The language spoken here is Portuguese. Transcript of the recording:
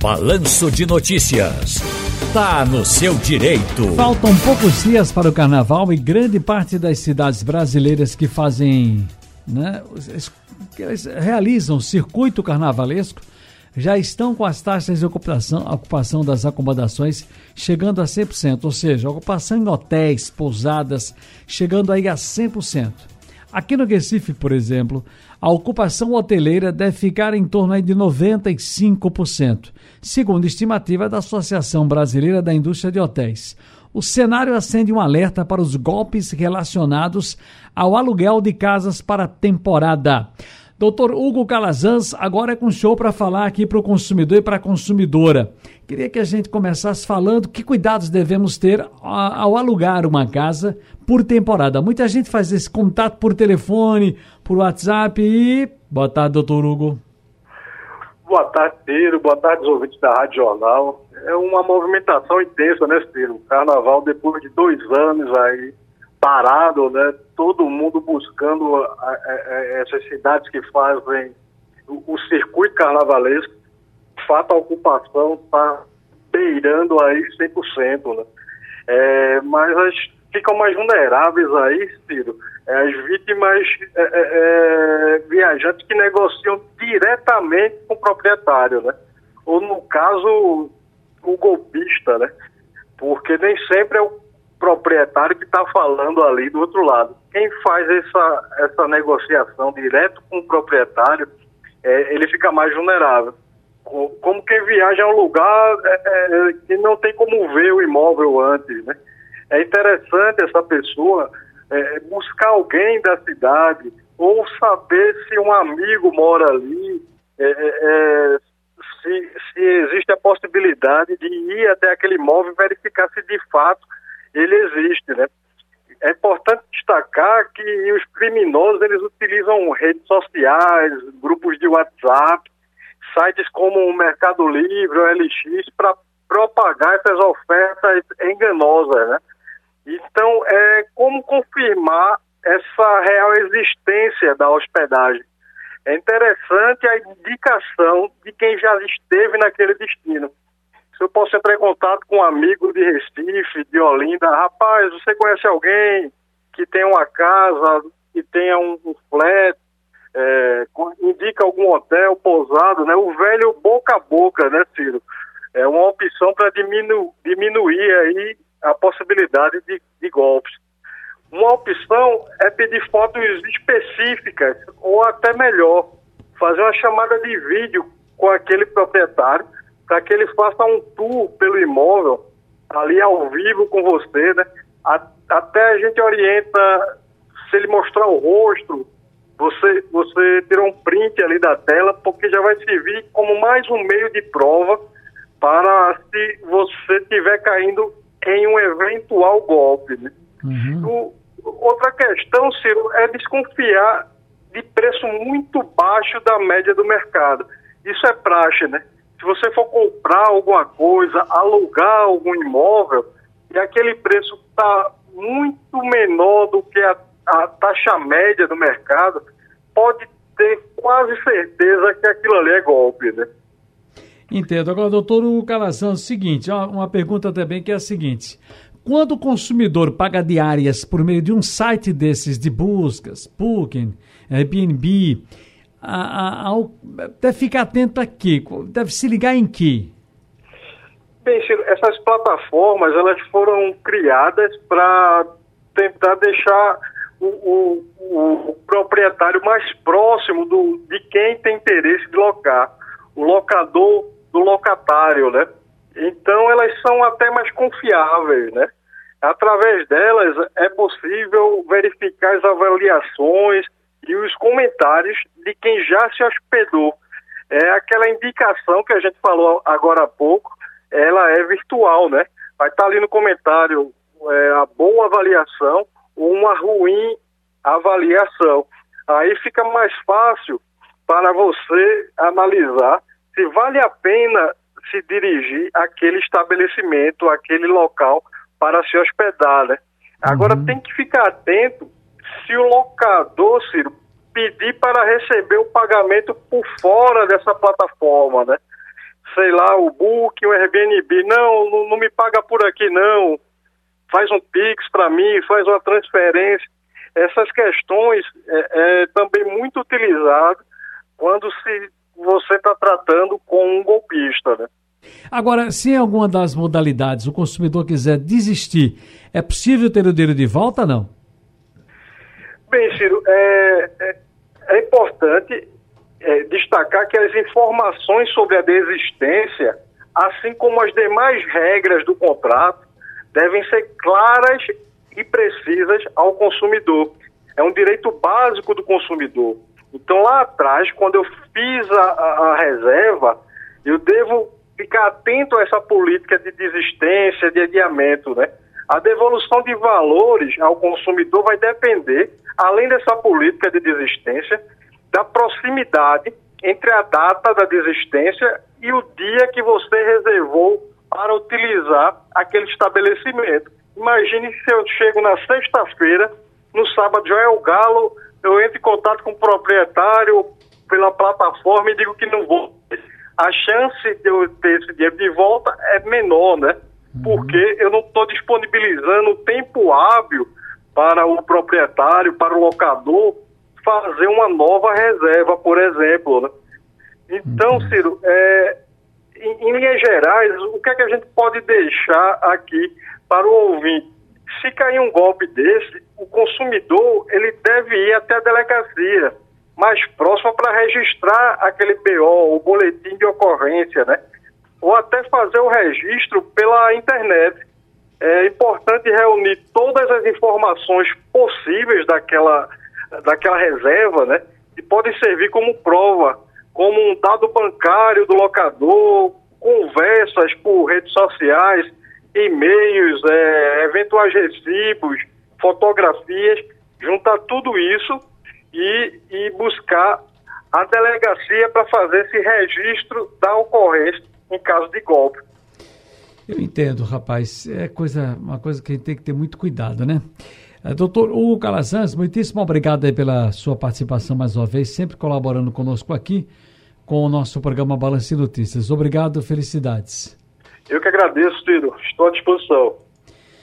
Balanço de Notícias. Tá no seu direito. Faltam poucos dias para o carnaval e grande parte das cidades brasileiras que fazem, que eles realizam o circuito carnavalesco já estão com as taxas de ocupação das acomodações chegando a 100%, ou seja, ocupação em hotéis, pousadas, chegando aí a 100%. Aqui no Recife, por exemplo, a ocupação hoteleira deve ficar em torno aí de 95%, segundo estimativa da Associação Brasileira da Indústria de Hotéis. O cenário acende um alerta para os golpes relacionados ao aluguel de casas para a temporada. Dr. Hugo Calazans, agora é com show para falar aqui para o consumidor e para a consumidora. Queria que a gente começasse falando que cuidados devemos ter ao alugar uma casa por temporada. Muita gente faz esse contato por telefone, por WhatsApp e... Boa tarde, doutor Hugo. Boa tarde, Ciro. Boa tarde, os ouvintes da Rádio Jornal. É uma movimentação intensa, né, Ciro? Carnaval, depois de 2 anos aí, parado, né? Todo mundo buscando essas cidades que fazem o circuito carnavalesco. De fato, a ocupação está beirando aí 100%, né? Mas as ficam mais vulneráveis aí, Ciro, as vítimas viajantes que negociam diretamente com o proprietário, né? Ou, no caso, o golpista, né? Porque nem sempre é o proprietário que está falando ali do outro lado. Quem faz essa negociação direto com o proprietário, ele fica mais vulnerável. Como quem viaja a um lugar que não tem como ver o imóvel antes, né? É interessante essa pessoa buscar alguém da cidade ou saber se um amigo mora ali, se existe a possibilidade de ir até aquele imóvel e verificar se de fato ele existe, né? É importante destacar que os criminosos, eles utilizam redes sociais, grupos de WhatsApp, sites como o Mercado Livre, o LX, para propagar essas ofertas enganosas, né? Então, como confirmar essa real existência da hospedagem? É interessante a indicação de quem já esteve naquele destino. Se eu posso entrar em contato com um amigo de Recife, de Olinda, rapaz, você conhece alguém que tem uma casa, que tenha um flat, indica algum hotel, pousado, né? O velho boca a boca, né, Ciro? É uma opção para diminuir aí a possibilidade de golpes. Uma opção é pedir fotos específicas, ou até melhor, fazer uma chamada de vídeo com aquele proprietário, para que ele faça um tour pelo imóvel, ali ao vivo com você, né? Até a gente orienta, se ele mostrar o rosto, você tira um print ali da tela, porque já vai servir como mais um meio de prova para se você estiver caindo em um eventual golpe, né? Uhum. Outra questão, Ciro, é desconfiar de preço muito baixo da média do mercado. Isso é praxe, né? Se você for comprar alguma coisa, alugar algum imóvel, e aquele preço está muito menor do que a taxa média do mercado, pode ter quase certeza que aquilo ali é golpe, né? Entendo. Agora, doutor Hugo Calazans, é o seguinte, uma pergunta também que é a seguinte: quando o consumidor paga diárias por meio de um site desses de buscas, Booking, Airbnb, deve ficar atento a quê? Deve se ligar em quê? Bem, Ciro, essas plataformas, elas foram criadas para tentar deixar o proprietário mais próximo de quem tem interesse de locar, o locador do locatário, né? Então, elas são até mais confiáveis, né? Através delas, é possível verificar as avaliações e os comentários de quem já se hospedou. É aquela indicação que a gente falou agora há pouco, ela é virtual, né? Vai estar ali no comentário a boa avaliação ou uma ruim avaliação. Aí fica mais fácil para você analisar se vale a pena se dirigir àquele estabelecimento, àquele local para se hospedar, né? Agora tem que ficar atento se o locador, Ciro, pedir para receber o pagamento por fora dessa plataforma, né? sei lá, o Booking, o Airbnb, não me paga por aqui não, faz um Pix para mim, faz uma transferência. Essas questões é também muito utilizado quando você está tratando com um golpista, né? Agora, se em alguma das modalidades o consumidor quiser desistir, é possível ter o dinheiro de volta ou não? Bem, Ciro, é importante destacar que as informações sobre a desistência, assim como as demais regras do contrato, devem ser claras e precisas ao consumidor. É um direito básico do consumidor. Então, lá atrás, quando eu fiz a reserva, eu devo ficar atento a essa política de desistência, de adiamento, né? A devolução de valores ao consumidor vai depender, além dessa política de desistência, da proximidade entre a data da desistência e o dia que você reservou para utilizar aquele estabelecimento. Imagine se eu chego na sexta-feira, no sábado já é o galo, eu entro em contato com o proprietário pela plataforma e digo que não vou. A chance de eu ter esse dinheiro de volta é menor, né? Porque eu não estou disponibilizando tempo hábil para o proprietário, para o locador, fazer uma nova reserva, por exemplo, né? Então, Ciro, em linhas gerais, o que é que a gente pode deixar aqui para o ouvinte? Se cair um golpe desse, o consumidor ele deve ir até a delegacia mais próxima para registrar aquele BO, o boletim de ocorrência, né? Ou até fazer o registro pela internet. É importante reunir todas as informações possíveis daquela reserva, né? E podem servir como prova, como um dado bancário do locador, conversas por redes sociais, e-mails, eventuais recibos, fotografias, juntar tudo isso e buscar a delegacia para fazer esse registro da ocorrência em caso de golpe. Eu entendo, rapaz. É uma coisa que a gente tem que ter muito cuidado, né? Doutor Hugo Calazans, muitíssimo obrigado aí pela sua participação mais uma vez, sempre colaborando conosco aqui com o nosso programa Balanço de Notícias. Obrigado, felicidades. Eu que agradeço, Ciro. Estou à disposição.